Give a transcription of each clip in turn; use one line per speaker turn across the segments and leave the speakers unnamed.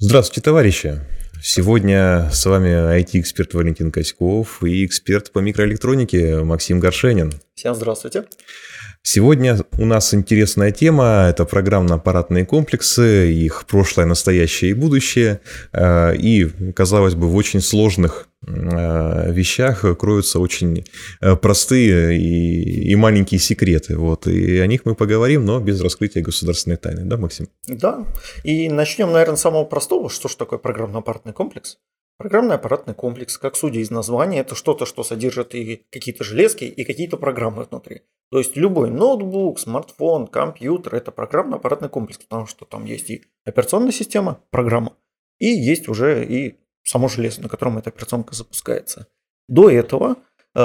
Здравствуйте, товарищи! Сегодня с вами IT-эксперт Валентин Коськов и эксперт по микроэлектронике Максим Горшенин.
Всем здравствуйте!
Сегодня у нас интересная тема – это программно-аппаратные комплексы, их прошлое, настоящее и будущее. И, казалось бы, в очень сложных вещах кроются очень простые и маленькие секреты. И о них мы поговорим, но без раскрытия государственной тайны. Да, Максим?
Да. И начнем, наверное, с самого простого. Что же такое программно-аппаратный комплекс? Программный аппаратный комплекс, как судя из названия, это что-то, что содержит и какие-то железки, и какие-то программы внутри. То есть любой ноутбук, смартфон, компьютер – это программно-аппаратный комплекс, потому что там есть и операционная система, программа, и есть уже и само железо, на котором эта операционка запускается. До этого,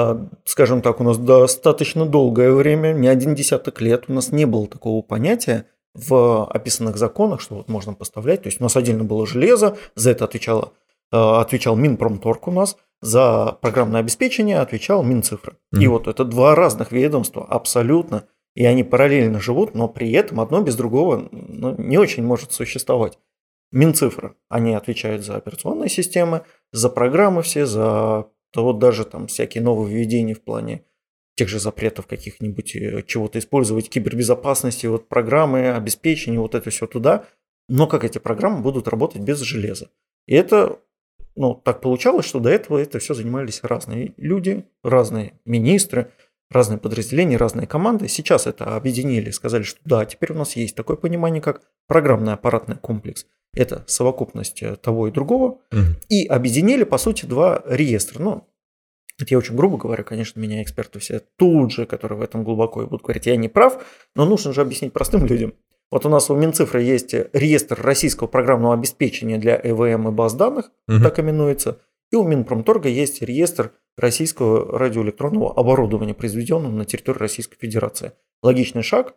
скажем так, у нас достаточно долгое время, не один десяток лет, у нас не было такого понятия в описанных законах, что вот можно поставлять. То есть у нас отдельно было железо, за это отвечал Минпромторг у нас, за программное обеспечение отвечал Минцифры. И вот это два разных ведомства абсолютно, и они параллельно живут, но при этом одно без другого не очень может существовать. Минцифры, они отвечают за операционные системы, за программы все, за вот даже там всякие нововведения в плане тех же запретов каких-нибудь, чего-то использовать, кибербезопасности, вот программы, обеспечения, вот это все туда. Но как эти программы будут работать без железа? И это, так получалось, что до этого это все занимались разные люди, разные министры, разные подразделения, разные команды. Сейчас это объединили, сказали, что да, теперь у нас есть такое понимание, как программный аппаратный комплекс. Это совокупность того и другого. И объединили, по сути, два реестра. Это я очень грубо говорю, конечно, меня эксперты все тут же, которые в этом глубоко и будут говорить, я не прав, но нужно же объяснить простым людям. Вот у нас у Минцифры есть реестр российского программного обеспечения для ЭВМ и баз данных, так именуется, и у Минпромторга есть реестр российского радиоэлектронного оборудования, произведенного на территории Российской Федерации. Логичный шаг.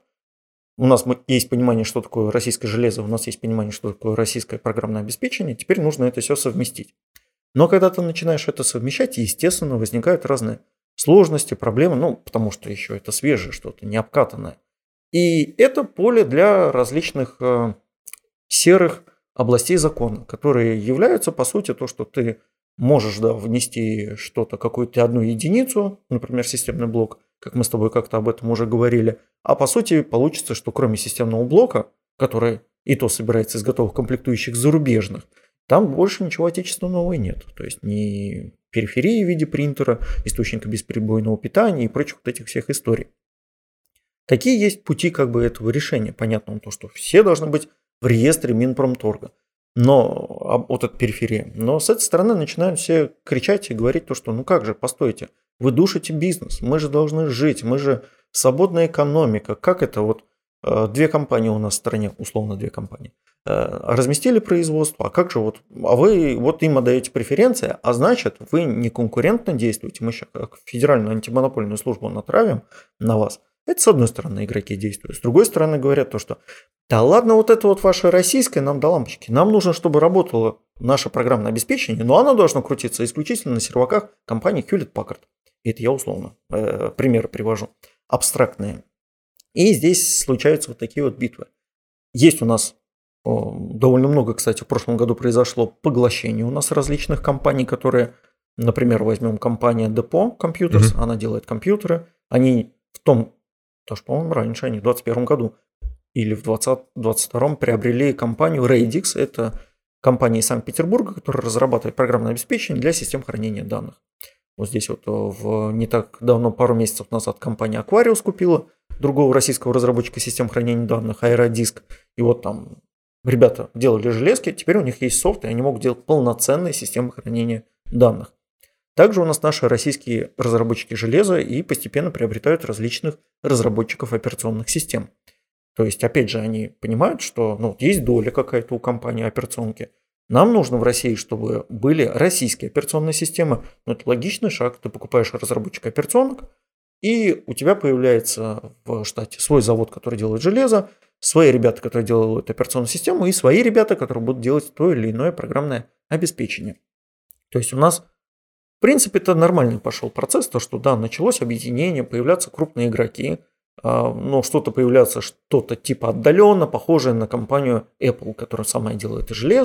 У нас есть понимание, что такое российское железо, у нас есть понимание, что такое российское программное обеспечение, теперь нужно это все совместить. Но когда ты начинаешь это совмещать, естественно, возникают разные сложности, проблемы, потому что еще это свежее что-то, не обкатанное. И это поле для различных серых областей закона, которые являются, по сути, то, что ты можешь внести что-то, какую-то одну единицу, например, системный блок, как мы с тобой как-то об этом уже говорили, а по сути получится, что кроме системного блока, который и то собирается из готовых комплектующих зарубежных, там больше ничего отечественного и нет. То есть ни периферии в виде принтера, источника бесперебойного питания и прочих вот этих всех историй. Какие есть пути этого решения? Понятно, то, что все должны быть в реестре Минпромторга. Но вот эта периферия. Но с этой стороны начинают все кричать и говорить то, что как же, постойте, вы душите бизнес, мы же должны жить, мы же свободная экономика. Как это две компании у нас в стране, условно две компании, разместили производство, а как же вы им отдаете преференции, а значит вы не конкурентно действуете, мы сейчас как федеральную антимонопольную службу натравим на вас. Это с одной стороны игроки действуют, с другой стороны говорят то, что да ладно, это ваше российское нам до лампочки, нам нужно, чтобы работало наше программное обеспечение, но оно должно крутиться исключительно на серваках компании Hewlett-Packard. Это я условно примеры привожу, абстрактные. И здесь случаются такие битвы. Есть у нас довольно много, кстати, в прошлом году произошло поглощение у нас различных компаний, которые, например, возьмем компания Depot Computers, она делает компьютеры, они даже, по-моему, раньше, они в 2021 году или в 2022 приобрели компанию Radix, это компания из Санкт-Петербурга, которая разрабатывает программное обеспечение для систем хранения данных. Вот здесь не так давно, пару месяцев назад, компания Aquarius купила другого российского разработчика систем хранения данных, Aerodisk, и там ребята делали железки, теперь у них есть софт, и они могут делать полноценные системы хранения данных. Также у нас наши российские разработчики железа и постепенно приобретают различных разработчиков операционных систем. То есть, опять же, они понимают, что есть доля какая-то у компании операционки. Нам нужно в России, чтобы были российские операционные системы. Это логичный шаг. Ты покупаешь разработчика операционок, и у тебя появляется в штате свой завод, который делает железо, свои ребята, которые делают операционную систему, и свои ребята, которые будут делать то или иное программное обеспечение. То есть у нас, в принципе, это нормальный пошел процесс, то что началось объединение, появляться крупные игроки, что-то появляться, что-то типа отдаленно, похожее на компанию Apple, которая сама делает и железо,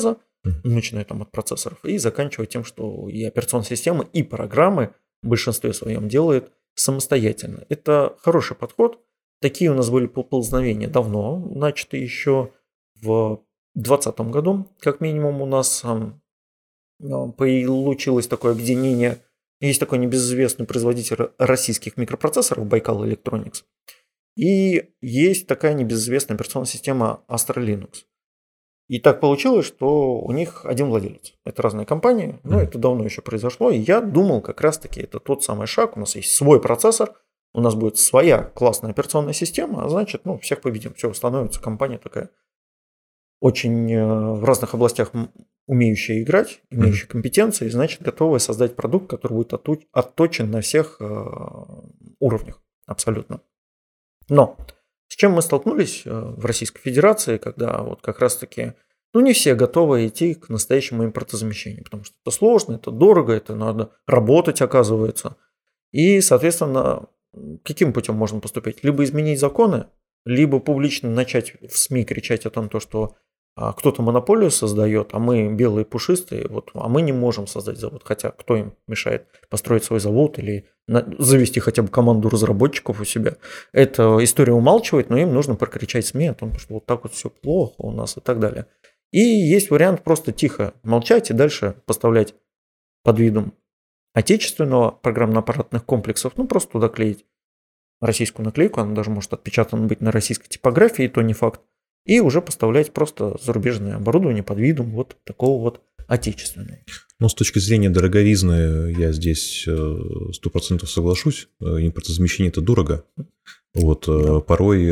начиная там от процессоров, и заканчивая тем, что и операционные системы, и программы в большинстве своем делают самостоятельно. Это хороший подход. Такие у нас были поползновения давно, начаты еще в 2020 году. Как минимум у нас получилось такое объединение. Есть такой небезызвестный производитель российских микропроцессоров Baikal Electronics. И есть такая небезызвестная операционная система Astra Linux. И так получилось, что у них один владелец. Это разные компании, но это давно еще произошло. И я думал, как раз-таки это тот самый шаг. У нас есть свой процессор, у нас будет своя классная операционная система, а значит, всех победим. Все, становится компания такая очень в разных областях умеющая играть, имеющая компетенции, значит, готовая создать продукт, который будет отточен на всех уровнях абсолютно. Но с чем мы столкнулись в Российской Федерации, когда вот как раз-таки, не все готовы идти к настоящему импортозамещению, потому что это сложно, это дорого, это надо работать, оказывается. И, соответственно, каким путем можно поступить? Либо изменить законы, либо публично начать в СМИ кричать о том, что кто-то монополию создает, а мы белые пушистые, а мы не можем создать завод. Хотя кто им мешает построить свой завод или завести хотя бы команду разработчиков у себя. Эта история умалчивает, но им нужно прокричать в СМИ о том, что вот так вот все плохо у нас и так далее. И есть вариант просто тихо молчать и дальше поставлять под видом отечественного программно-аппаратных комплексов, просто туда клеить российскую наклейку, она даже может отпечатана быть на российской типографии, то не факт. И уже поставлять просто зарубежное оборудование под видом вот такого вот отечественного.
С точки зрения дороговизны я здесь 100% соглашусь. Импортозамещение – это дорого. Порой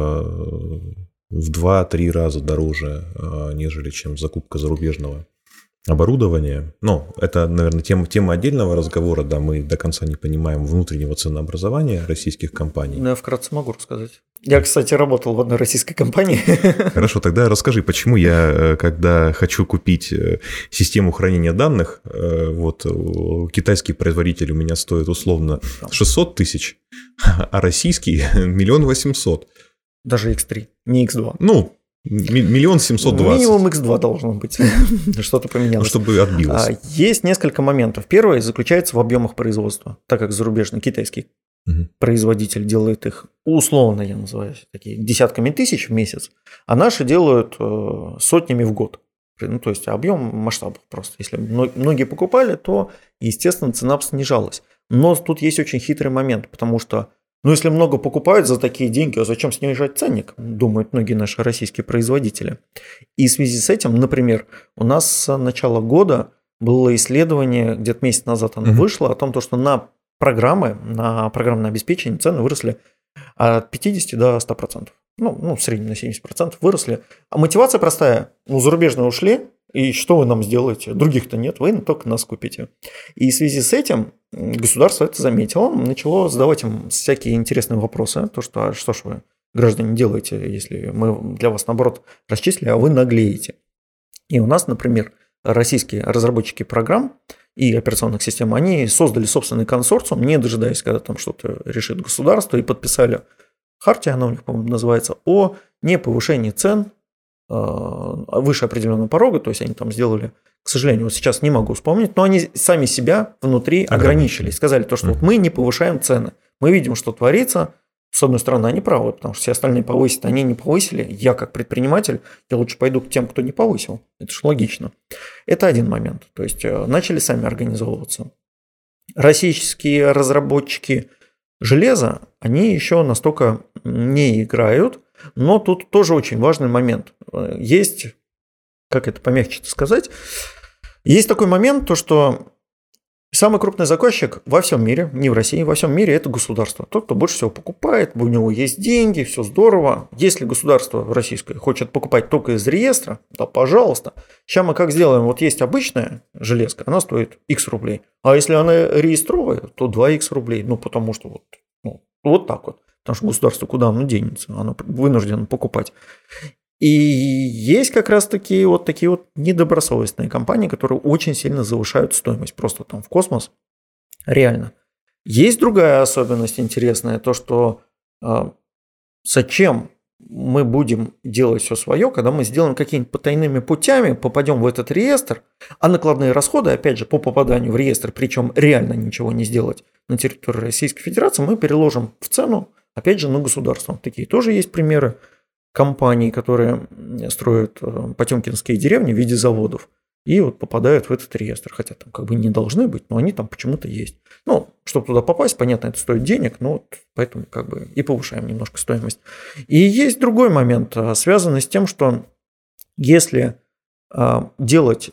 в 2-3 раза дороже, нежели чем закупка зарубежного оборудования. Это, наверное, тема отдельного разговора. Да, мы до конца не понимаем внутреннего ценообразования российских компаний.
Я вкратце могу рассказать. Я, кстати, работал в одной российской компании.
Хорошо, тогда расскажи, почему я, когда хочу купить систему хранения данных, китайский производитель у меня стоит условно 600 тысяч, а российский 1 800 000.
Даже X3, не X2.
1 720 000.
Минимум X2 должно быть. Что-то поменялось.
Чтобы отбилось.
Есть несколько моментов. Первое заключается в объемах производства, так как зарубежный китайский производитель делает их, условно я называю, такие десятками тысяч в месяц, а наши делают сотнями в год. То есть объем масштабов просто. Если многие покупали, то, естественно, цена снижалась. Но тут есть очень хитрый момент, потому что если много покупают за такие деньги, а зачем снижать ценник, думают многие наши российские производители. И в связи с этим, например, у нас с начала года было исследование, где-то месяц назад оно вышло, о том, что на программное обеспечение цены выросли от 50 до 100%. В среднем на 70% выросли. А мотивация простая. Зарубежные ушли, и что вы нам сделаете? Других-то нет, вы только нас купите. И в связи с этим государство это заметило, начало задавать им всякие интересные вопросы. Что ж вы, граждане, делаете, если мы для вас, наоборот, расчислили, а вы наглеете. И у нас, например, российские разработчики программ и операционных систем, они создали собственный консорциум, не дожидаясь, когда там что-то решит государство, и подписали хартию, она у них, по-моему, называется, о неповышении цен выше определенного порога, то есть они там сделали, к сожалению, сейчас не могу вспомнить, но они сами себя внутри ограничили, сказали что мы не повышаем цены, мы видим, что творится. С одной стороны, они правы, потому что все остальные повысят, они не повысили. Я, как предприниматель, я лучше пойду к тем, кто не повысил. Это же логично. Это один момент. То есть начали сами организовываться. Российские разработчики железа, они еще настолько не играют, но тут тоже очень важный момент. Есть, как это помягче сказать, есть такой момент, то что самый крупный заказчик во всем мире, не в России, во всем мире – это государство. Тот, кто больше всего покупает, у него есть деньги, все здорово. Если государство российское хочет покупать только из реестра, да, пожалуйста. Сейчас мы как сделаем, есть обычная железка, она стоит X рублей. А если она реестровая, то 2X рублей. Потому что вот так вот. Потому что государство куда оно денется, оно вынуждено покупать. И есть как раз таки такие недобросовестные компании, которые очень сильно завышают стоимость просто там в космос. Реально. Есть другая особенность интересная, то что зачем мы будем делать все свое, когда мы сделаем какими-нибудь потайными путями, попадем в этот реестр, а накладные расходы, опять же, по попаданию в реестр, причем реально ничего не сделать на территории Российской Федерации, мы переложим в цену, опять же, на государство. Такие тоже есть примеры компаний, которые строят потемкинские деревни в виде заводов и вот попадают в этот реестр, хотя там как бы не должны быть, но они там почему-то есть. Ну, чтобы туда попасть, понятно, это стоит денег, но поэтому как бы и повышаем немножко стоимость. И есть другой момент, связанный с тем, что если делать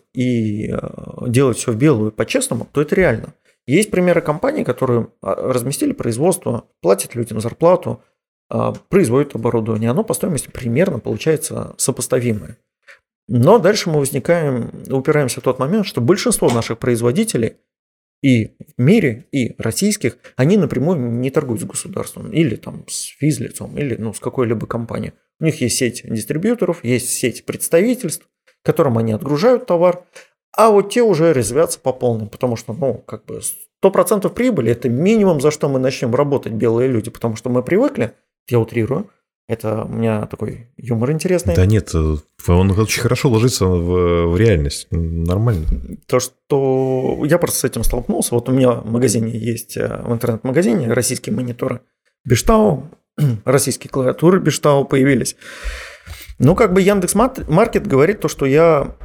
все в белую по-честному, то это реально. Есть примеры компаний, которые разместили производство, платят людям зарплату, производят оборудование, оно по стоимости примерно получается сопоставимое. Но дальше мы упираемся в тот момент, что большинство наших производителей и в мире, и российских, они напрямую не торгуют с государством, или там с физлицом, или с какой-либо компанией. У них есть сеть дистрибьюторов, есть сеть представительств, которым они отгружают товар, а вот те уже резвятся по полной, потому что, 100% прибыли – это минимум, за что мы начнем работать, белые люди, потому что мы привыкли, я утрирую, это у меня такой юмор интересный.
Да нет, он очень хорошо ложится в реальность, нормально.
То, что я просто с этим столкнулся, вот у меня в магазине есть, в интернет-магазине российские мониторы Бештау, российские клавиатуры Бештау появились. Яндекс.Маркет говорит то, что я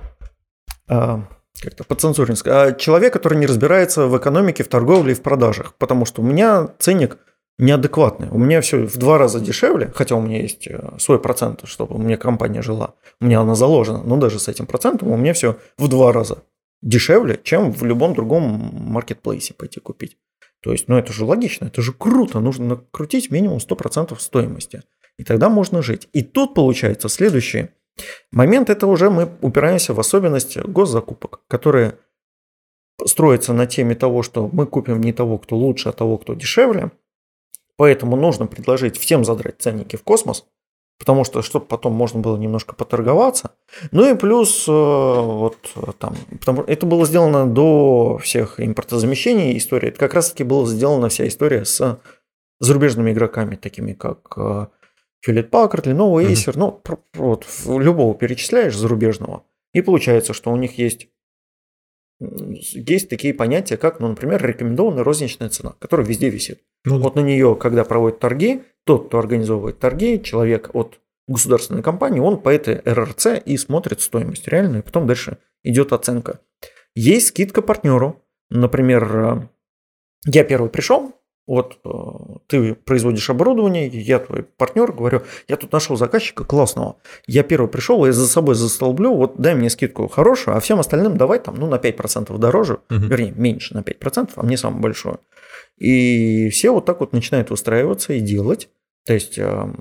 как-то подцензурен, человек, который не разбирается в экономике, в торговле и в продажах, потому что у меня ценник неадекватный. У меня все в 2 раза дешевле, хотя у меня есть свой процент, чтобы у меня компания жила. У меня она заложена, но даже с этим процентом у меня все в 2 раза дешевле, чем в любом другом маркетплейсе пойти купить. То есть, это же логично, это же круто. Нужно накрутить минимум 100% стоимости. И тогда можно жить. И тут получается следующий момент. Это уже мы упираемся в особенность госзакупок, которые строятся на теме того, что мы купим не того, кто лучше, а того, кто дешевле. Поэтому нужно предложить всем задрать ценники в космос, потому что, чтобы потом можно было немножко поторговаться. И плюс, это было сделано до всех импортозамещений истории. Это как раз-таки была сделана вся история с зарубежными игроками, такими как Hewlett Packard, Lenovo, Acer. Любого перечисляешь зарубежного, и получается, что у них есть такие понятия, как, например, рекомендованная розничная цена, которая везде висит. Вот на нее, когда проводят торги, тот, кто организовывает торги, человек от государственной компании, он по этой РРЦ и смотрит стоимость реальную, и потом дальше идет оценка. Есть скидка партнеру. Например, я первый пришел, ты производишь оборудование, я твой партнер, говорю, я тут нашел заказчика классного, я первый пришел, я за собой застолблю, дай мне скидку хорошую, а всем остальным давай на 5% дороже, вернее, меньше на 5%, а мне самое большое. И все так начинают выстраиваться и делать. То есть,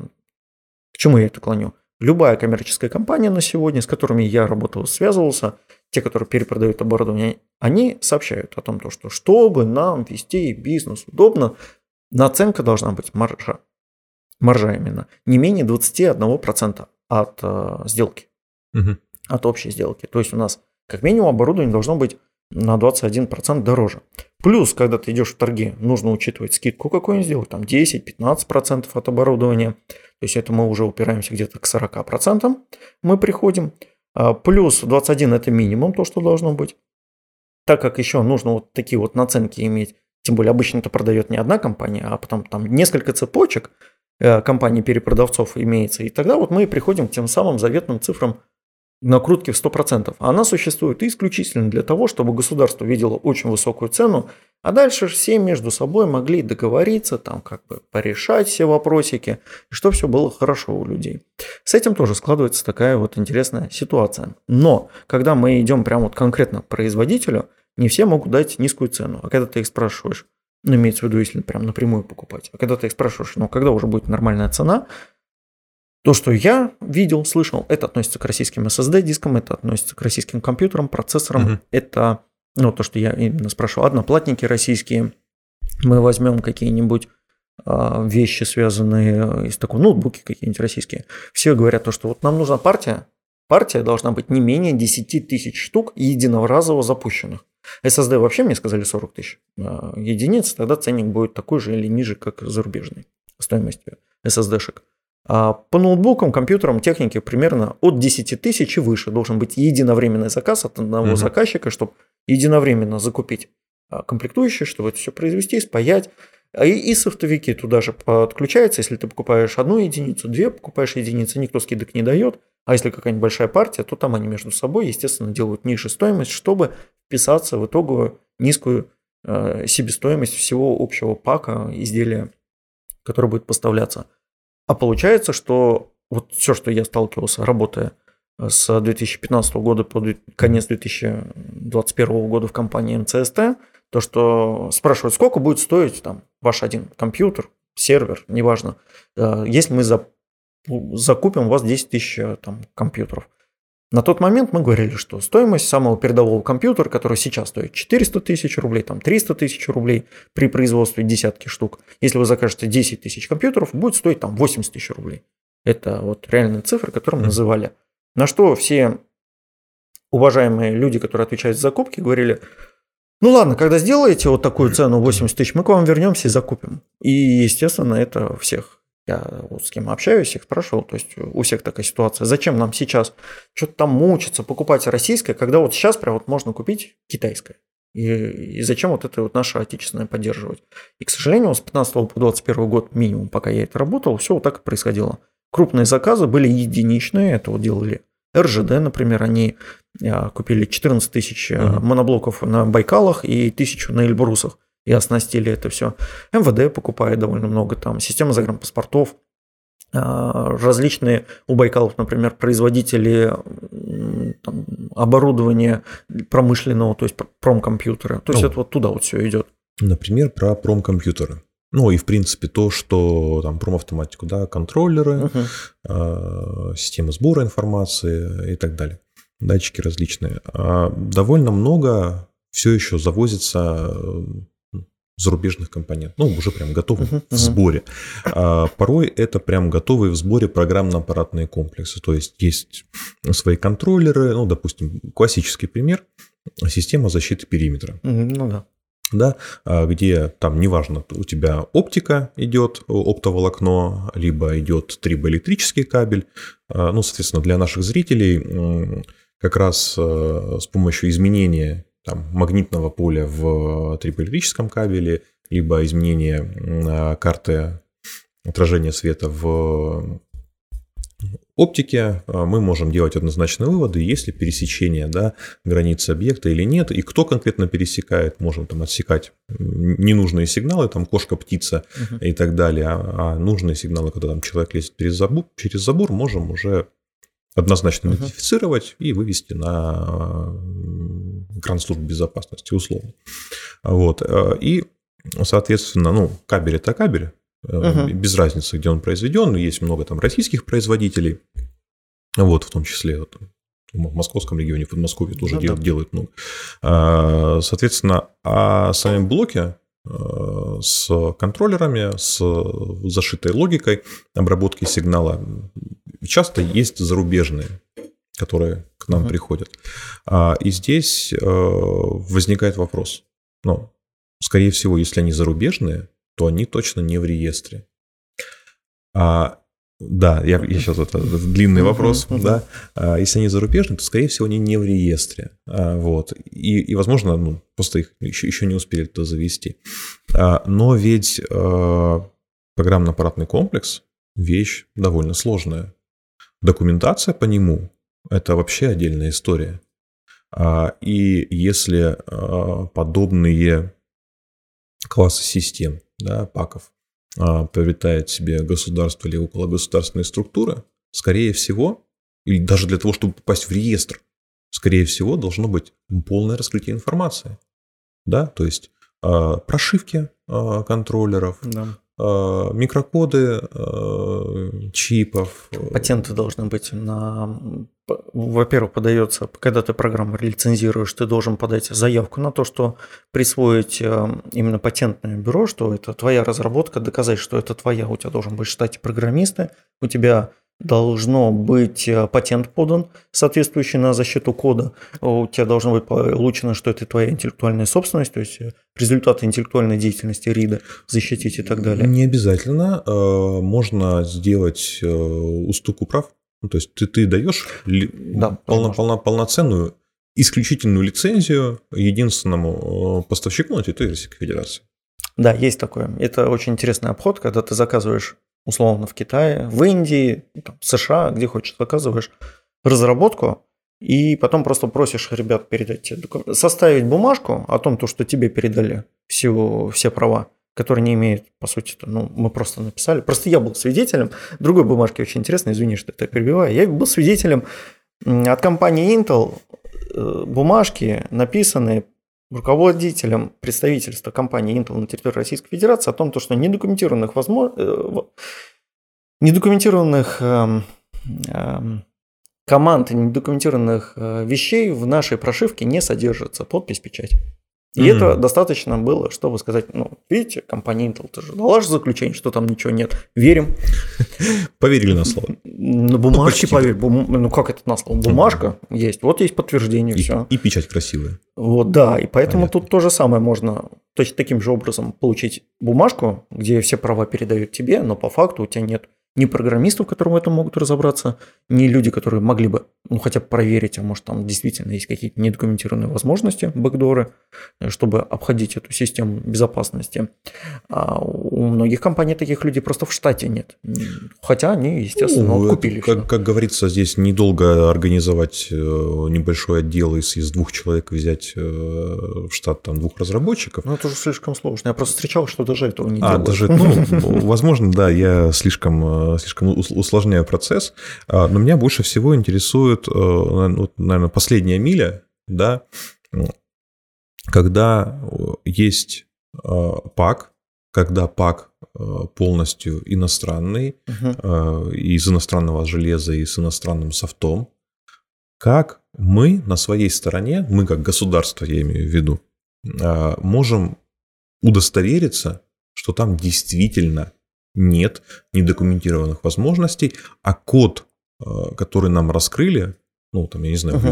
к чему я это клоню? Любая коммерческая компания на сегодня, с которыми я работал, связывался, те, которые перепродают оборудование, они сообщают о том, что чтобы нам вести бизнес удобно, наценка должна быть маржа именно, не менее 21% от сделки, от общей сделки. То есть у нас как минимум оборудование должно быть на 21% дороже. Плюс, когда ты идешь в торги, нужно учитывать скидку какую-нибудь сделать, 10-15% от оборудования. То есть это мы уже упираемся где-то к 40%, мы приходим. Плюс 21 – это минимум, то, что должно быть. Так как еще нужно такие наценки иметь, тем более обычно это продает не одна компания, а потом несколько цепочек компаний-перепродавцов имеется. И тогда мы приходим к тем самым заветным цифрам накрутки в 100%. Она существует исключительно для того, чтобы государство видело очень высокую цену, а дальше все между собой могли договориться, порешать все вопросики, и чтобы все было хорошо у людей. С этим тоже складывается такая интересная ситуация. Но когда мы идем прямо конкретно к производителю, не все могут дать низкую цену. А когда ты их спрашиваешь, имеется в виду, если прям напрямую покупать, а когда ты их спрашиваешь, когда уже будет нормальная цена, то, что я видел, слышал, это относится к российским SSD-дискам, это относится к российским компьютерам, процессорам. Это, то, что я именно спрашивал, одноплатники российские. Мы возьмем какие-нибудь вещи, связанные из такого, ноутбуки какие-нибудь российские. Все говорят, что нам нужна партия. Партия должна быть не менее 10 тысяч штук единоразово запущенных. SSD вообще мне сказали 40 тысяч единиц, тогда ценник будет такой же или ниже, как зарубежный стоимостью SSD-шек. А по ноутбукам, компьютерам, технике примерно от 10 тысяч и выше должен быть единовременный заказ от одного заказчика, чтобы единовременно закупить комплектующие, чтобы это все произвести, спаять. И софтовики туда же подключаются. Если ты покупаешь одну единицу, две покупаешь единицы, никто скидок не дает. А если какая-нибудь большая партия, то там они между собой, естественно, делают ниже стоимость, чтобы вписаться в итоговую низкую себестоимость всего общего пака изделия, которое будет поставляться. А получается, что вот все, что я сталкивался, работая с 2015 года по конец 2021 года в компании МЦСТ, то, что спрашивают, сколько будет стоить там ваш один компьютер, сервер, неважно, если мы закупим у вас 10 тысяч там, компьютеров. На тот момент мы говорили, что стоимость самого передового компьютера, который сейчас стоит 400 тысяч рублей, там 300 тысяч рублей при производстве десятки штук, если вы закажете 10 тысяч компьютеров, будет стоить там 80 тысяч рублей. Это вот реальные цифры, которые мы называли. На что все уважаемые люди, которые отвечают за закупки, говорили, ну ладно, когда сделаете вот такую цену 80 тысяч, мы к вам вернемся и закупим. И, естественно, это всех. Я вот с кем общаюсь, всех спрашивал, то есть у всех такая ситуация. Зачем нам сейчас что-то там мучиться, покупать российское, когда вот сейчас прям вот можно купить китайское? И зачем вот это вот наше отечественное поддерживать? И, к сожалению, с 15 по 21 год минимум, пока я это работал, все вот так и происходило. Крупные заказы были единичные, это вот делали РЖД, например, они купили 14 тысяч моноблоков на Байкалах и 1000 на Эльбрусах. И оснастили это все. МВД покупает довольно много, там система загранпаспортов, различные у Байкалов, например, производители там, оборудования промышленного, то есть промкомпьютера. То есть это вот туда вот все идет.
Например, про промкомпьютеры. Ну и в принципе то, что там промавтоматику, да, контроллеры, системы сбора информации и так далее, датчики различные. Довольно много все еще завозится зарубежных компонентов, ну, уже прям готовых в сборе. Порой это прям готовые в сборе программно-аппаратные комплексы. То есть свои контроллеры, ну, допустим, классический пример – система защиты периметра.
Ну да.
Да, где там неважно, у тебя оптика идет, оптоволокно, либо идет трибоэлектрический кабель. Ну, соответственно, для наших зрителей как раз с помощью изменения там, магнитного поля в трибоэлектрическом кабеле, либо изменение карты отражения света в оптике, мы можем делать однозначные выводы, есть ли пересечение, да, границы объекта или нет, и кто конкретно пересекает, можем там отсекать ненужные сигналы, там кошка, птица и так далее, а нужные сигналы, когда там человек лезет через забор, можем уже однозначно идентифицировать и вывести на экран службы безопасности условно. Вот. И, соответственно, ну, кабель – это кабель, без разницы, где он произведен. Есть много там российских производителей, вот, в том числе вот, в московском регионе, в Подмосковье тоже делают много. Соответственно, а сами блоки с контроллерами, с зашитой логикой обработки сигнала часто есть зарубежные, которые к нам приходят. И здесь возникает вопрос. Ну, скорее всего, если они зарубежные, то они точно не в реестре. Да, я сейчас это длинный вопрос. Да. Если они зарубежные, то, скорее всего, они не в реестре. Вот. И возможно, ну, просто их еще не успели туда завести. Но ведь программно-аппаратный комплекс – вещь довольно сложная. Документация по нему – это вообще отдельная история. И если подобные классы систем, да, паков, приобретает себе государство или окологосударственные структуры, скорее всего, или даже для того, чтобы попасть в реестр, скорее всего, должно быть полное раскрытие информации. Да? То есть прошивки контроллеров, микрокоды чипов.
Патенты должны быть во-первых, подается, когда ты программу лицензируешь, ты должен подать заявку на то, что присвоить именно патентное бюро, что это твоя разработка, доказать, что это твоя, у тебя должен быть в штате программисты, у тебя должно быть патент подан, соответствующий на защиту кода. У тебя должно быть получено, что это твоя интеллектуальная собственность, то есть результаты интеллектуальной деятельности РИДа защитить и так далее.
Не обязательно. Можно сделать уступку прав. То есть ты даешь полноценную исключительную лицензию единственному поставщику на территории Российской Федерации.
Да, есть такое. Это очень интересный обход, когда ты заказываешь условно в Китае, в Индии, в США, где хочешь, заказываешь разработку, и потом просто просишь ребят передать тебе документы, составить бумажку о том, что тебе передали все права, которые не имеют, по сути, мы просто написали. Просто я был свидетелем другой бумажки, очень интересной, извини, что я перебиваю. Я был свидетелем от компании Intel бумажки, написанные руководителем представительства компании Intel на территории Российской Федерации о том, что недокументированных команд и недокументированных вещей в нашей прошивке не содержится. Подпись, печать. И это достаточно было, чтобы сказать, видите, компания Intel тоже дала же заключение, что там ничего нет. Верим.
Поверили на слово.
На бумажке поверили. Как это на слово? Бумажка есть. Вот есть подтверждение, все.
И печать красивая.
Вот, да. И поэтому тут то же самое можно точно таким же образом получить бумажку, где все права передают тебе, но по факту у тебя нет ни программистов, которые в этом могут разобраться, ни люди, которые могли бы хотя бы проверить, а может там действительно есть какие-то недокументированные возможности, бэкдоры, чтобы обходить эту систему безопасности. А у многих компаний таких людей просто в штате нет. Хотя они, естественно, купили.
Как говорится, здесь недолго организовать небольшой отдел и из 2 человек взять в штат 2 разработчиков.
Это уже слишком сложно. Я просто встречал, что даже этого не делают.
Возможно, да, я слишком усложняю процесс, но меня больше всего интересует, наверное, последняя миля, да, когда есть пак, когда пак полностью иностранный, из иностранного железа и с иностранным софтом, как мы на своей стороне, мы как государство, я имею в виду, можем удостовериться, что там действительно нет недокументированных возможностей, а код, который нам раскрыли, я не знаю,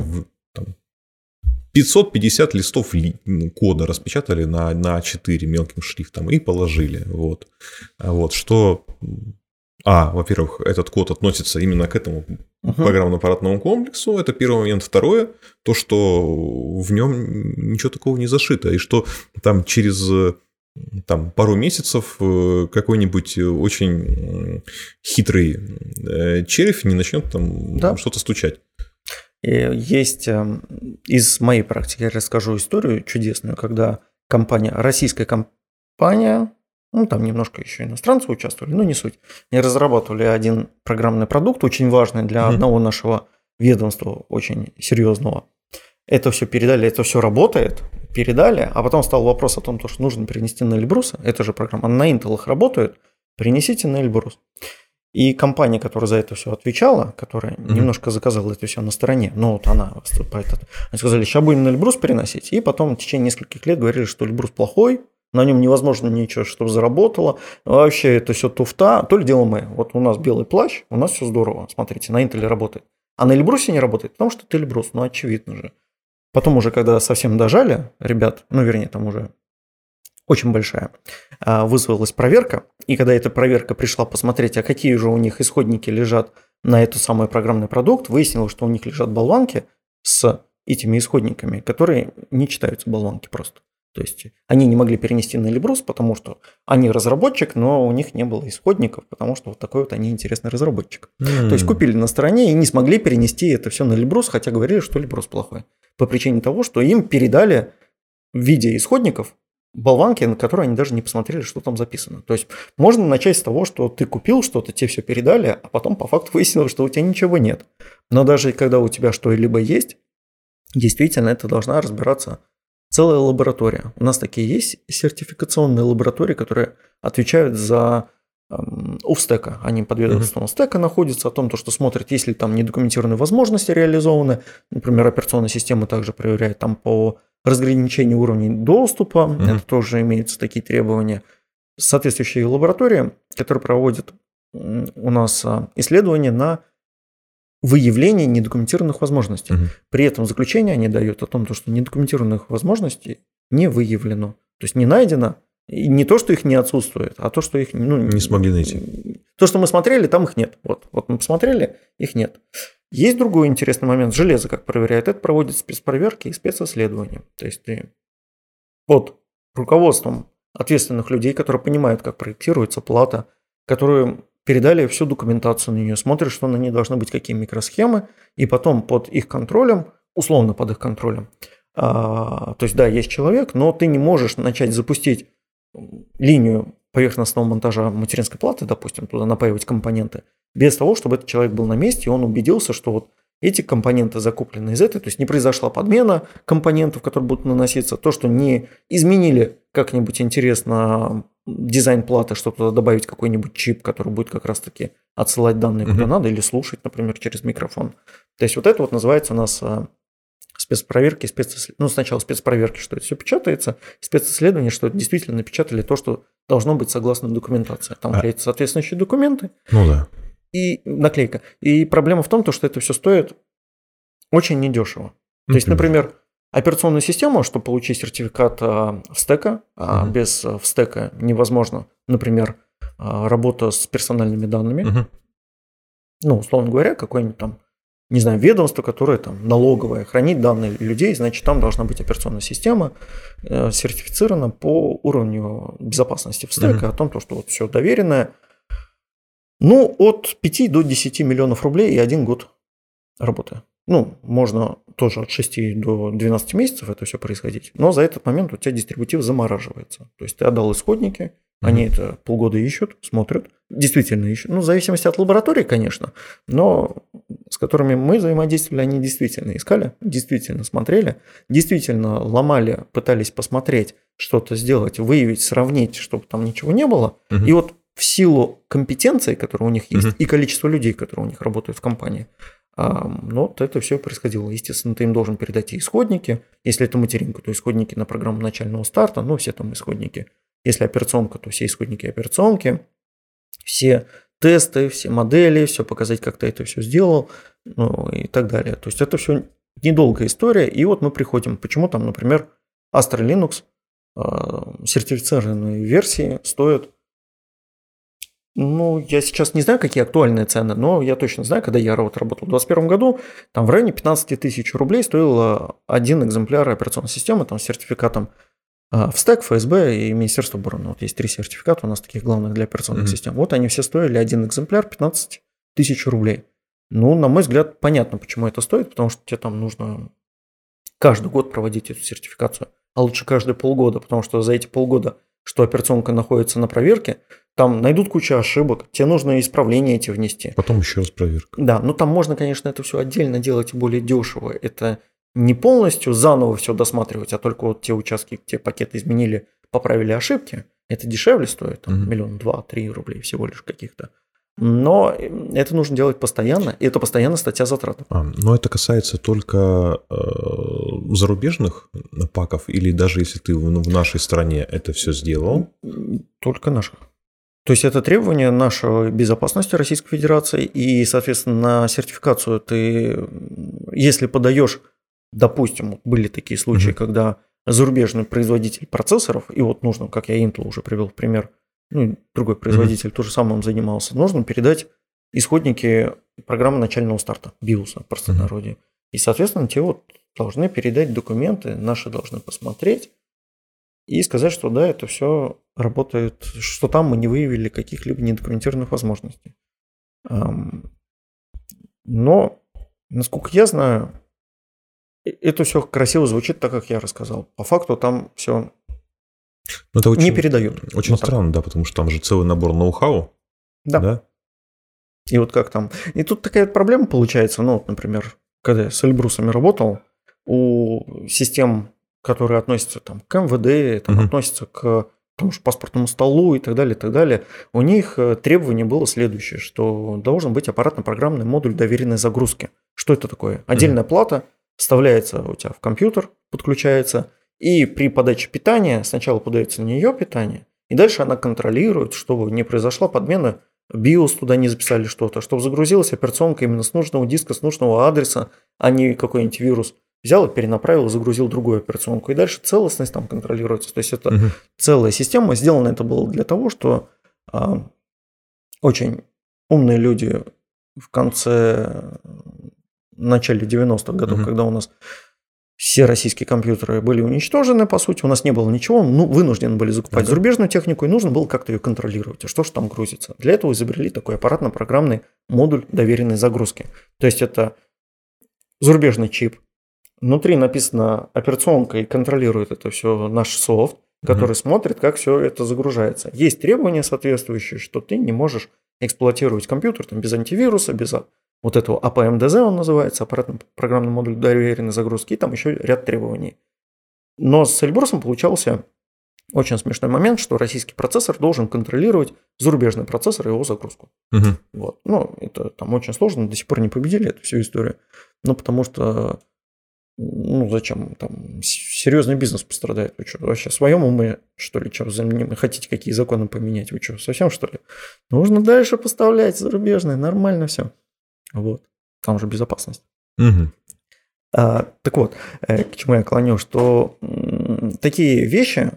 550 листов кода распечатали на А4 мелким шрифтом и положили. Вот что, во-первых, этот код относится именно к этому программно-аппаратному комплексу, это первый момент. Второе, то, что в нем ничего такого не зашито, и что там через пару месяцев какой-нибудь очень хитрый червь не начнет что-то стучать.
Есть из моей практики, я расскажу историю чудесную, когда российская компания, там немножко еще иностранцы участвовали, но не суть, они разрабатывали один программный продукт, очень важный для одного нашего ведомства, очень серьезного. Это все передали, это все работает, передали, а потом стал вопрос о том, что нужно перенести на Эльбрус, это же программа, она на Intel работает, перенесите на Эльбрус. И компания, которая за это все отвечала, которая немножко заказала это все на стороне, она выступает, они сказали, сейчас будем на Эльбрус переносить, и потом в течение нескольких лет говорили, что Эльбрус плохой, на нем невозможно ничего, чтобы заработало, вообще это все туфта, то ли дело мы, вот у нас белый плащ, у нас все здорово, смотрите, на Intel работает, а на Эльбрусе не работает, потому что это Эльбрус, очевидно же. Потом уже, когда совсем дожали, ребят, там уже очень большая, вызвалась проверка, и когда эта проверка пришла посмотреть, а какие же у них исходники лежат на этот самый программный продукт, выяснилось, что у них лежат болванки с этими исходниками, которые не читаются болванки просто. То есть они не могли перенести на Эльбрус, потому что они разработчик, но у них не было исходников, потому что вот такой вот они интересный разработчик. То есть купили на стороне и не смогли перенести это все на Эльбрус, хотя говорили, что Эльбрус плохой. По причине того, что им передали в виде исходников болванки, на которые они даже не посмотрели, что там записано. То есть можно начать с того, что ты купил что-то, тебе все передали, а потом по факту выяснилось, что у тебя ничего нет. Но даже когда у тебя что-либо есть, действительно это должна разбираться целая лаборатория. У нас такие есть сертификационные лаборатории, которые отвечают за Увстека. Они под ведомством стека находятся, о том, что смотрят, есть ли там недокументированные возможности реализованы. Например, операционная система также проверяет там по разграничению уровней доступа. Это тоже имеются такие требования. Соответствующие лаборатории, которые проводят у нас исследование на выявление недокументированных возможностей. При этом заключение они дают о том, что недокументированных возможностей не выявлено. То есть не найдено, и не то, что их не отсутствует, а то, что их
не смогли найти.
То, что мы смотрели, там их нет. Вот мы посмотрели, их нет. Есть другой интересный момент. Железо как проверяет. Это проводит спецпроверки и специсследования. То есть ты под руководством ответственных людей, которые понимают, как проектируется плата, которые передали всю документацию на нее, смотрят, что на ней должны быть какие микросхемы, и потом под их контролем, условно под их контролем, то есть да, есть человек, но ты не можешь начать запустить линию поверхностного монтажа материнской платы, допустим, туда напаивать компоненты, без того, чтобы этот человек был на месте, и он убедился, что вот эти компоненты закуплены из этой, то есть не произошла подмена компонентов, которые будут наноситься, то, что не изменили как-нибудь интересно дизайн платы, чтобы туда добавить какой-нибудь чип, который будет как раз-таки отсылать данные куда надо, или слушать, например, через микрофон. То есть вот это вот называется у нас спецпроверки, сначала спецпроверки, что это все печатается, специсследование, что это действительно напечатали то, что должно быть согласно документации. Там клеятся соответствующие документы. И наклейка. И проблема в том, что это все стоит очень недешево. То есть, например, операционную систему, чтобы получить сертификат встека, без встека невозможно, например, работа с персональными данными. Условно говоря, какое-нибудь там, не знаю, ведомство, которое там налоговое, хранит данные людей, значит, там должна быть операционная система сертифицирована по уровню безопасности встека, о том, что вот все доверенное. От 5 до 10 миллионов рублей и 1 год работы. Можно тоже от 6 до 12 месяцев это все происходить, но за этот момент у тебя дистрибутив замораживается. То есть ты отдал исходники, они это полгода ищут, смотрят, действительно ищут. В зависимости от лаборатории, конечно, но с которыми мы взаимодействовали, они действительно искали, действительно смотрели, действительно ломали, пытались посмотреть, что-то сделать, выявить, сравнить, чтобы там ничего не было. И вот в силу компетенции, которые у них есть, и количества людей, которые у них работают в компании, вот это все происходило. Естественно, ты им должен передать и исходники. Если это материнка, то исходники на программу начального старта, все там исходники. Если операционка, то все исходники операционки, все тесты, все модели, все показать, как ты это все сделал, и так далее. То есть это все недолгая история. И вот мы приходим, почему там, например, Astra Linux сертифицированные версии стоят. Я сейчас не знаю, какие актуальные цены, но я точно знаю, когда я работал в 2021 году, там в районе 15 тысяч рублей стоил один экземпляр операционной системы там, с сертификатом ВСТЭК, ФСБ и Министерство обороны. Вот есть 3 сертификата у нас таких главных для операционных систем. Вот они все стоили один экземпляр 15 тысяч рублей. На мой взгляд, понятно, почему это стоит, потому что тебе там нужно каждый год проводить эту сертификацию, а лучше каждые полгода, потому что за эти полгода, что операционка находится на проверке, там найдут кучу ошибок, тебе нужно исправления эти внести.
Потом еще раз проверка.
Да, там можно, конечно, это все отдельно делать более дешево. Это не полностью заново все досматривать, а только вот те участки, те пакеты изменили, поправили ошибки. Это дешевле стоит, там, 1, 2, 3 рублей всего лишь каких-то. Но это нужно делать постоянно, и это постоянно статья затрат.
Но это касается только зарубежных паков, или даже если ты в нашей стране это все сделал?
Только наших. То есть это требование нашей безопасности Российской Федерации, и, соответственно, на сертификацию ты, если подаешь, допустим, были такие случаи, когда зарубежный производитель процессоров, и вот нужно, как я Intel уже привел в пример, другой производитель тоже самым занимался, нужно передать исходники программы начального старта, BIOS в простонародье. И, соответственно, те вот должны передать документы, наши должны посмотреть и сказать, что да, это все работает, что там мы не выявили каких-либо недокументированных возможностей. Но, насколько я знаю, это все красиво звучит так, как я рассказал. По факту там все
это очень,
не передают.
Очень странно, да, потому что там же целый набор ноу-хау.
Да. И вот как там. И тут такая проблема получается, например, когда я с Эльбрусами работал, у систем, которые относятся там, к МВД, относятся к тому же паспортному столу и так далее, у них требование было следующее, что должен быть аппаратно-программный модуль доверенной загрузки. Что это такое? Отдельная плата вставляется у тебя в компьютер, подключается, и при подаче питания сначала подается на нее питание, и дальше она контролирует, чтобы не произошла подмена BIOS туда не записали что-то, чтобы загрузилась операционка именно с нужного диска, с нужного адреса, а не какой-нибудь вирус. Взял и перенаправил, загрузил другую операционку. И дальше целостность там контролируется. То есть это целая система. Сделано это было для того, что очень умные люди в начале 90-х годов, когда у нас все российские компьютеры были уничтожены, по сути, у нас не было ничего, вынуждены были закупать зарубежную технику, и нужно было как-то ее контролировать. А что же там грузится? Для этого изобрели такой аппаратно-программный модуль доверенной загрузки. То есть это зарубежный чип, внутри написано операционка и контролирует это все наш софт, который смотрит, как все это загружается. Есть требования соответствующие, что ты не можешь эксплуатировать компьютер там, без антивируса, без вот этого APMDZ он называется, аппаратно-программный модуль доверенной загрузки, и там еще ряд требований. Но с Эльбрусом получался очень смешной момент, что российский процессор должен контролировать зарубежный процессор и его загрузку. Вот. Это там очень сложно, до сих пор не победили эту всю историю. Потому что, зачем, там серьезный бизнес пострадает. Вы что, вообще в своем уме, что ли, хотите какие законы поменять? Вы что, совсем, что ли? Нужно дальше поставлять зарубежные, нормально все. Вот. Там же безопасность. Так вот, к чему я клоню, что такие вещи,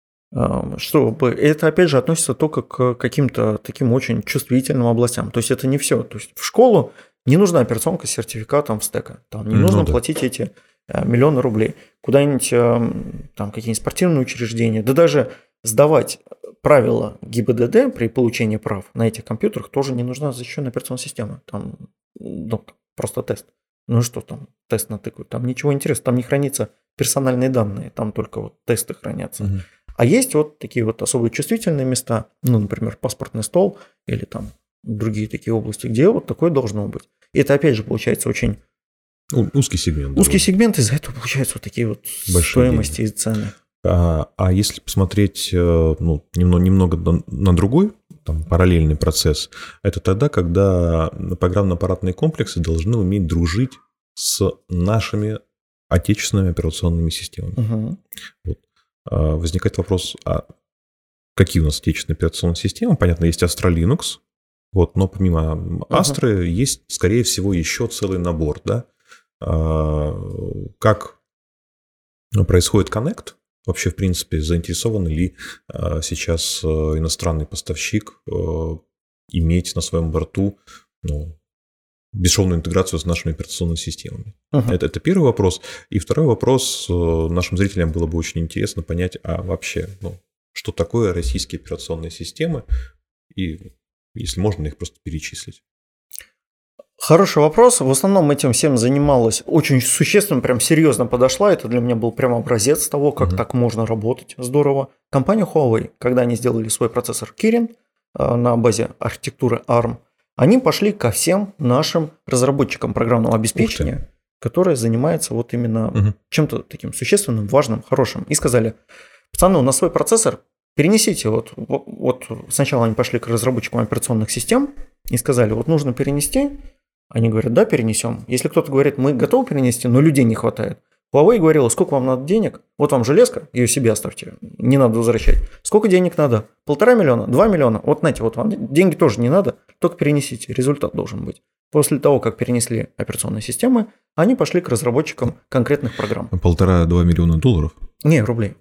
это опять же относится только к каким-то таким очень чувствительным областям. То есть это не все. То есть в школу не нужна операционка с сертификатом в стека. Там не нужно платить эти миллионы рублей. Куда-нибудь там какие-нибудь спортивные учреждения, да даже сдавать правила ГИБДД при получении прав на этих компьютерах тоже не нужна защищенная операционная система. Там просто тест. Что там, тест натыкают? Там ничего интересного, там не хранятся персональные данные, там только вот тесты хранятся. А есть вот такие вот особо чувствительные места, например, паспортный стол или там другие такие области, где вот такое должно быть. И это опять же получается очень
узкий сегмент.
Узкий сегмент, из-за этого получаются вот такие вот стоимости и цены.
А если посмотреть немного на другой, там, параллельный процесс, это тогда, когда программно-аппаратные комплексы должны уметь дружить с нашими отечественными операционными системами. Вот. Возникает вопрос, а какие у нас отечественные операционные системы? Понятно, есть Astra Linux, но помимо Astra есть, скорее всего, еще целый набор. Да? Как происходит коннект? Вообще, в принципе, заинтересован ли сейчас иностранный поставщик иметь на своем борту бесшовную интеграцию с нашими операционными системами? Это первый вопрос. И второй вопрос. Нашим зрителям было бы очень интересно понять, а вообще, что такое российские операционные системы, и, если можно, их просто перечислить.
Хороший вопрос. В основном этим всем занималась очень существенно, прям серьезно подошла. Это для меня был прям образец того, как так можно работать. Здорово. Компания Huawei, когда они сделали свой процессор Kirin на базе архитектуры ARM, они пошли ко всем нашим разработчикам программного обеспечения, которые занимаются вот именно чем-то таким существенным, важным, хорошим. И сказали: пацаны, у нас свой процессор, перенесите. Вот сначала они пошли к разработчикам операционных систем и сказали: вот нужно перенести. Они говорят: да, перенесем. Если кто-то говорит: мы готовы перенести, но людей не хватает. Huawei говорила: сколько вам надо денег? Вот вам железка, ее себе оставьте, не надо возвращать. Сколько денег надо? 1,5 миллиона, 2 миллиона. Вот знаете, вот вам деньги тоже не надо, только перенесите, результат должен быть. После того, как перенесли операционные системы, они пошли к разработчикам конкретных программ.
1,5-2 миллиона долларов?
Не, рублей.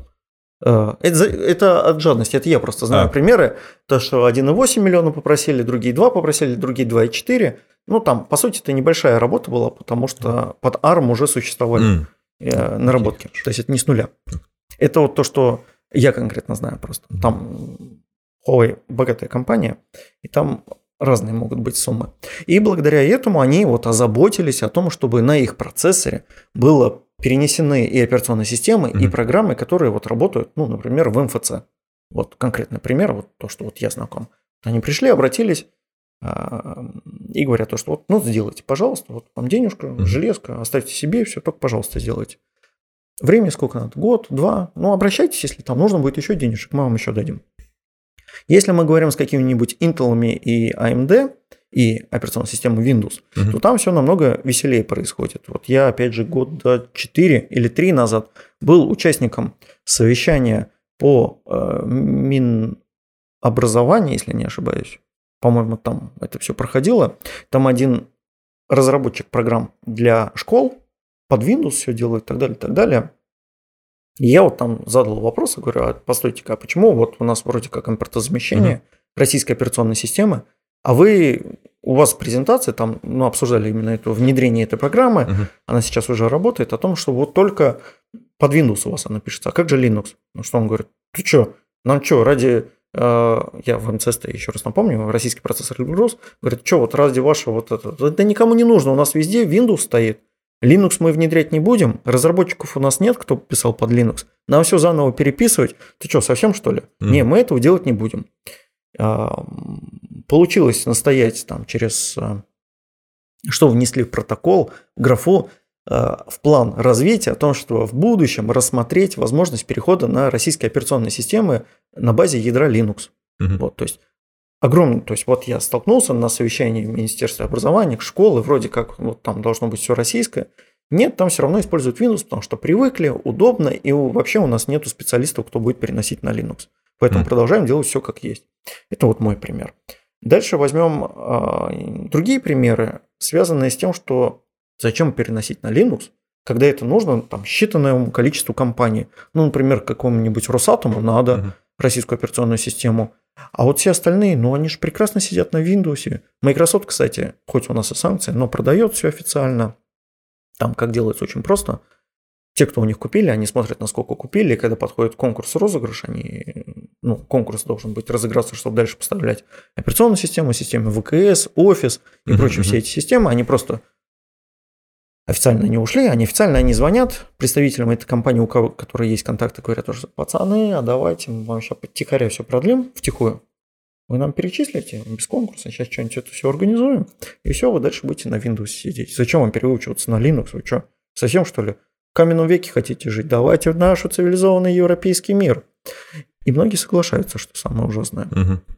Это от жадности, это я просто знаю примеры. То, что 1,8 миллиона попросили, другие 2 попросили, другие 2,4. Там, по сути, это небольшая работа была, потому что под ARM уже существовали наработки. То есть это не с нуля. Это вот то, что я конкретно знаю просто. Там Huawei богатая компания, и там разные могут быть суммы. И благодаря этому они озаботились о том, чтобы на их процессоре было перенесены и операционные системы, и программы, которые работают, например, в МФЦ. Вот конкретный пример, то, что я знаком. Они пришли, обратились и говорят, что сделайте, пожалуйста, вам денежка, железка, оставьте себе, все, только, пожалуйста, сделайте. Времени сколько надо? Год, 2. Обращайтесь, если там нужно будет еще денежек, мы вам еще дадим. Если мы говорим с какими-нибудь Intel и AMD и операционной системой Windows, то там все намного веселее происходит. Я, опять же, года 4 или 3 назад был участником совещания по Минобразованию, если не ошибаюсь. по-моему, там это все проходило. Там один разработчик программ для школ под Windows все делает и так далее, и так далее. И я вот там задал вопрос, говорю, а постойте-ка, а почему вот у нас вроде как импортозамещение российской операционной системы, а у вас презентация, там обсуждали именно это внедрение этой программы, она сейчас уже работает, о том, что вот только под Windows у вас она пишется, а как же Linux? Ну что он говорит, ты что, нам что, ради... Я в МЦСТ еще раз напомню, российский процессор Эльбрус, говорит, что вот ради вашего вот этого, да никому не нужно, у нас везде Windows стоит, Linux мы внедрять не будем, разработчиков у нас нет, кто писал под Linux, нам все заново переписывать, ты что, совсем что ли? Не, мы этого делать не будем. Получилось настоять там через, что внесли в протокол, графу, в план развития о том, что в будущем рассмотреть возможность перехода на российские операционные системы на базе ядра Linux. Вот, то есть огромный, то есть вот я столкнулся на совещании в Министерстве образования, школы, вроде как вот там должно быть все российское. Нет, там все равно используют Windows, потому что привыкли, удобно, и вообще у нас нету специалистов, кто будет переносить на Linux. Поэтому продолжаем делать все как есть. Это вот мой пример. Дальше возьмем другие примеры, связанные с тем, что зачем переносить на Linux, когда это нужно там считанному количеству компаний. Ну, например, какому-нибудь Росатому надо российскую операционную систему. А вот все остальные, они же прекрасно сидят на Windows. Microsoft, кстати, хоть у нас и санкции, но продает все официально. Там как делается очень просто. Те, кто у них купили, они смотрят, насколько купили, и когда подходит конкурс-розыгрыш, конкурс должен быть разыграться, чтобы дальше поставлять операционную систему, системы ВКС, Office и прочие все эти системы, они просто официально не ушли, они звонят представителям этой компании, у которой есть контакты, говорят, что пацаны, а давайте мы вам сейчас подтихаря все продлим, втихую. Вы нам перечислите без конкурса, сейчас что-нибудь это все организуем, и все, вы дальше будете на Windows сидеть. Зачем вам переучиваться на Linux? Вы что, совсем что ли? В каменном веке хотите жить? Давайте в наш цивилизованный европейский мир. И многие соглашаются, что самое ужасное.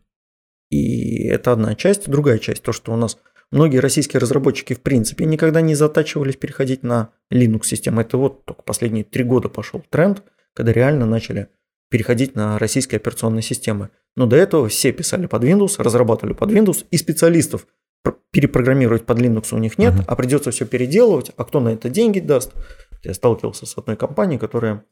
И это одна часть. Другая часть, то, что у нас многие российские разработчики в принципе никогда не затачивались переходить на Linux-систему. Это вот только последние 3 года пошел тренд, когда реально начали переходить на российские операционные системы. Но до этого все писали под Windows, разрабатывали под Windows, и специалистов перепрограммировать под Linux у них нет, а придется все переделывать, а кто на это деньги даст? Я сталкивался с одной компанией, которая...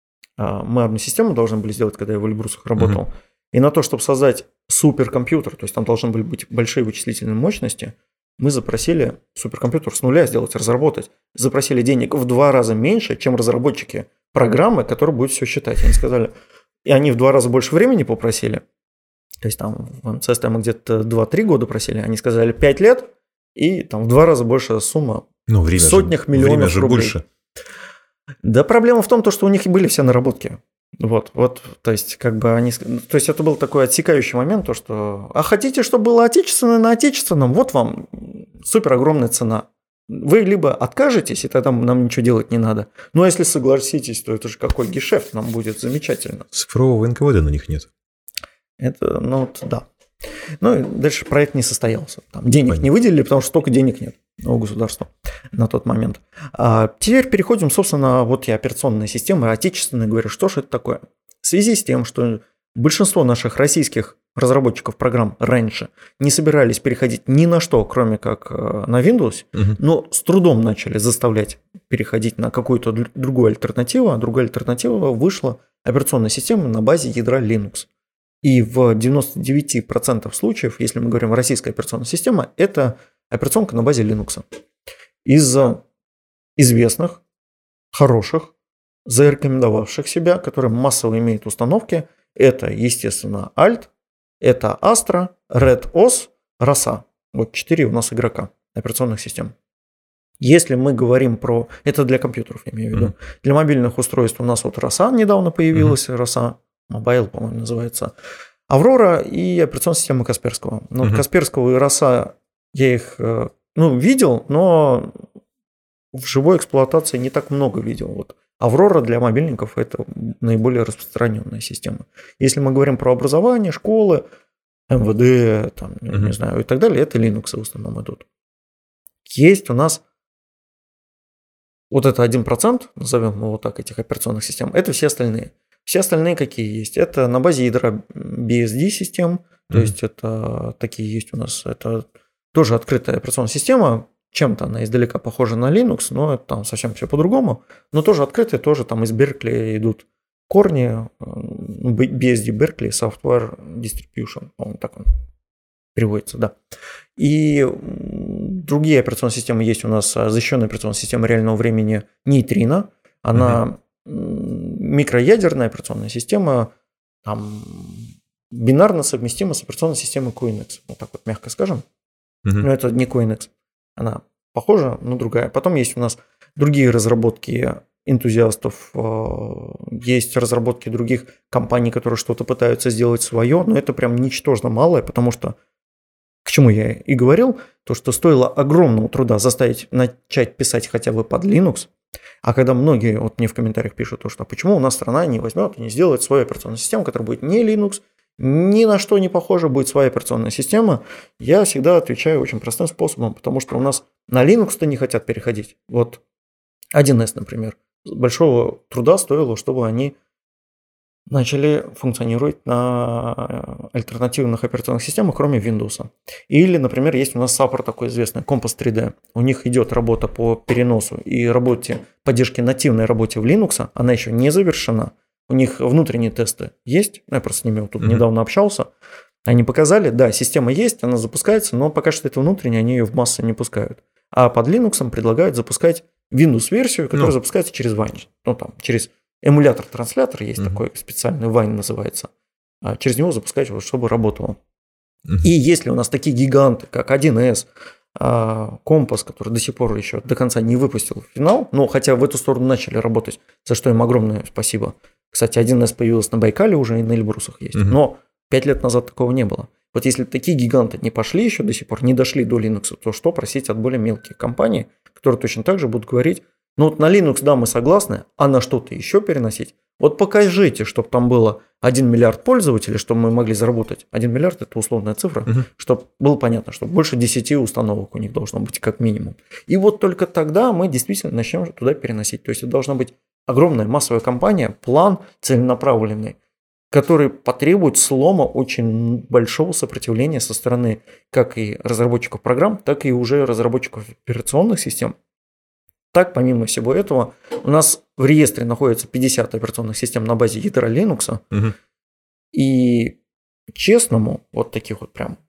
Мы одну систему должны были сделать, когда я в Эльбрусах работал, и на то, чтобы создать суперкомпьютер, то есть там должны были быть большие вычислительные мощности, мы запросили суперкомпьютер с нуля сделать, разработать. Запросили денег в 2 раза меньше, чем разработчики программы, которые будут все считать. Они сказали, и они в 2 раза больше времени попросили. То есть там в МЦС мы где-то 2-3 года просили, они сказали 5 лет, и там в 2 раза больше сумма. В сотнях миллионов рублей. Больше. Да, проблема в том, что у них были все наработки. Вот, то есть, то есть, это был такой отсекающий момент, то, что, а хотите, чтобы было отечественное на отечественном, вот вам супер огромная цена. Вы либо откажетесь, и тогда нам ничего делать не надо. Ну, а если согласитесь, то это же какой гешефт, нам будет замечательно.
Цифрового НКВД на них нет.
Это, да. Ну, и дальше проект не состоялся. Там денег не выделили, потому что столько денег нет у государства на тот момент. А теперь переходим, собственно, вот и операционные системы, отечественные, говорю, что же это такое? В связи с тем, что большинство наших российских разработчиков программ раньше не собирались переходить ни на что, кроме как на Windows, но с трудом начали заставлять переходить на какую-то другую альтернативу, а другая альтернатива вышла операционная система на базе ядра Linux. И в 99% случаев, если мы говорим российская операционная система, это операционка на базе Linux. Из известных, хороших, зарекомендовавших себя, которые массово имеют установки, это, естественно, Alt, это Astra, Red OS, Rosa. Вот 4 у нас игрока операционных систем. Если мы говорим про... Это для компьютеров, я имею в виду. Для мобильных устройств у нас вот Rosa недавно появилась, Rosa Mobile, по-моему, называется. Аврора и операционная система Касперского. Касперского и Rosa я их видел, но в живой эксплуатации не так много видел. Вот. Аврора для мобильников – это наиболее распространенная система. Если мы говорим про образование, школы, МВД, там, не знаю, и так далее, это Linux в основном идут. Есть у нас вот это 1%, назовем его вот так, этих операционных систем, это все остальные. Все остальные какие есть? Это на базе ядра BSD систем, То есть это такие есть у нас. Это тоже открытая операционная система. Чем-то она издалека похожа на Linux, но это там совсем все по-другому. Но тоже открытая, тоже там из Berkeley идут корни. BSD Berkeley Software Distribution. По-моему, так он переводится, да. И другие операционные системы есть у нас. Защищенная операционная система реального времени Neutrino. Она микроядерная операционная система, там бинарно совместима с операционной системой QNX. Вот так вот мягко скажем. Но это не QNX. Она похожа, но другая. Потом есть у нас другие разработки энтузиастов, есть разработки других компаний, которые что-то пытаются сделать свое, но это прям ничтожно малое, потому что, к чему я и говорил, то, что стоило огромного труда заставить начать писать хотя бы под Linux, а когда многие вот мне в комментариях пишут, что почему у нас страна не возьмет и не сделает свою операционную систему, которая будет не Linux, ни на что не похоже, будет своя операционная система, я всегда отвечаю очень простым способом, потому что у нас на Linux-то не хотят переходить. Вот 1С, например, большого труда стоило, чтобы они начали функционировать на альтернативных операционных системах, кроме Windows. Или, например, есть у нас саппорт такой известный, Compass 3D. У них идет работа по переносу и работе, поддержке нативной работе в Linux, она еще не завершена. У них внутренние тесты есть, я просто с ними вот тут недавно общался. Они показали, да, система есть, она запускается, но пока что это внутренне, они ее в массы не пускают. А под Linux предлагают запускать Windows-версию, которая запускается через Wine. Ну, там, через эмулятор-транслятор есть такой специальный, Wine называется. А через него запускать, чтобы работало. И если у нас такие гиганты, как 1С, Compass, который до сих пор еще до конца не выпустил финал, но хотя в эту сторону начали работать, за что им огромное спасибо. Кстати, 1С появилась на Байкале уже и на Эльбрусах есть, но 5 лет назад такого не было. Вот если такие гиганты не пошли еще до сих пор, не дошли до Linux, то что просить от более мелких компаний, которые точно так же будут говорить, ну вот на Linux, да, мы согласны, а на что-то еще переносить? Вот покажите, чтобы там было 1 миллиард пользователей, чтобы мы могли заработать. 1 миллиард – это условная цифра, чтобы было понятно, что больше 10 установок у них должно быть как минимум. И вот только тогда мы действительно начнем туда переносить. То есть это должна быть огромная массовая компания, план целенаправленный, который потребует слома очень большого сопротивления со стороны как и разработчиков программ, так и уже разработчиков операционных систем. Так, помимо всего этого, у нас в реестре находится 50 операционных систем на базе ядра Linux. И честному, вот таких вот прям,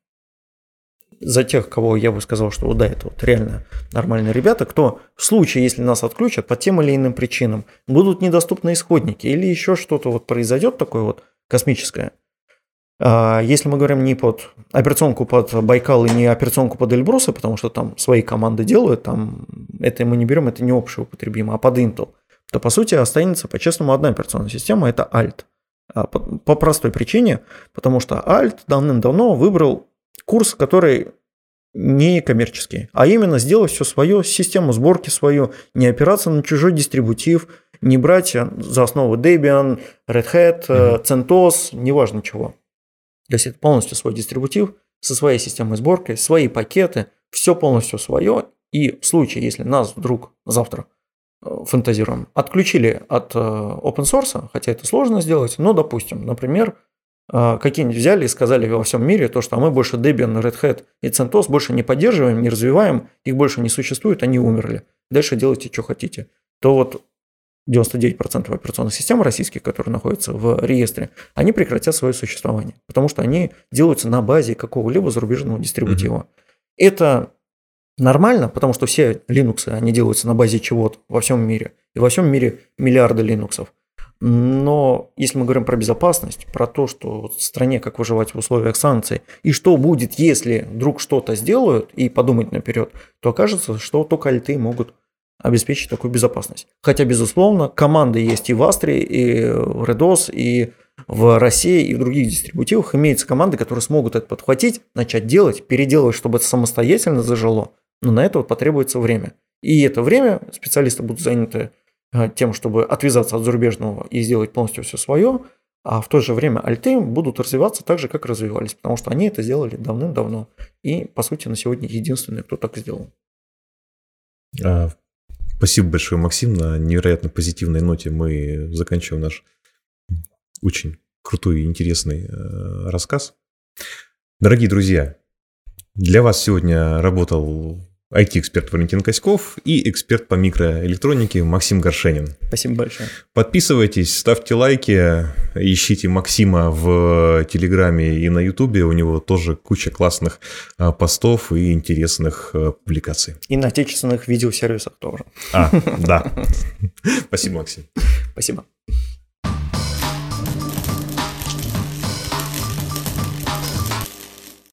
за тех, кого я бы сказал, что да, это вот реально нормальные ребята, кто в случае, если нас отключат по тем или иным причинам, будут недоступны исходники или еще что-то вот произойдет такое вот космическое. Если мы говорим не под операционку под Байкал и не операционку под Эльбрусы, потому что там свои команды делают, там это мы не берем, это не общеупотребимо, а под Intel, то по сути останется по-честному одна операционная система, это Alt. По простой причине, потому что Alt давным-давно выбрал курс, который не коммерческий, а именно сделать все свое, систему сборки свою, не опираться на чужой дистрибутив, не брать за основу Debian, Red Hat, CentOS, неважно чего. То есть это полностью свой дистрибутив со своей системой сборки, свои пакеты, все полностью свое. И в случае, если нас вдруг завтра, фантазируем, отключили от open source, хотя это сложно сделать, но, допустим, например, какие-нибудь взяли и сказали во всем мире то, что мы больше Debian, Red Hat и CentOS больше не поддерживаем, не развиваем, их больше не существует, они умерли. Дальше делайте, что хотите. То вот 99% операционных систем российских, которые находятся в реестре, они прекратят свое существование, потому что они делаются на базе какого-либо зарубежного дистрибутива. Это нормально, потому что все Linux, они делаются на базе чего-то во всем мире. И во всем мире миллиарды Linux. Но если мы говорим про безопасность, про то, что в стране как выживать в условиях санкций, и что будет, если вдруг что-то сделают, и подумать наперед, то окажется, что только альты могут обеспечить такую безопасность. Хотя, безусловно, команды есть и в Астре, и в Redos, и в России, и в других дистрибутивах. Имеются команды, которые смогут это подхватить, начать делать, переделать, чтобы это самостоятельно зажило. Но на это вот потребуется время. И это время специалисты будут заняты тем, чтобы отвязаться от зарубежного и сделать полностью все свое, а в то же время альты будут развиваться так же, как развивались, потому что они это сделали давным-давно. И, по сути, на сегодня единственные, кто так сделал.
Спасибо большое, Максим. На невероятно позитивной ноте мы заканчиваем наш очень крутой и интересный рассказ. Дорогие друзья, для вас сегодня работал IT-эксперт Валентин Коськов и эксперт по микроэлектронике Максим Горшенин.
Спасибо большое.
Подписывайтесь, ставьте лайки, ищите Максима в Телеграме и на Ютубе. У него тоже куча классных постов и интересных публикаций.
И на отечественных видеосервисах тоже.
Да. Спасибо, Максим.
Спасибо.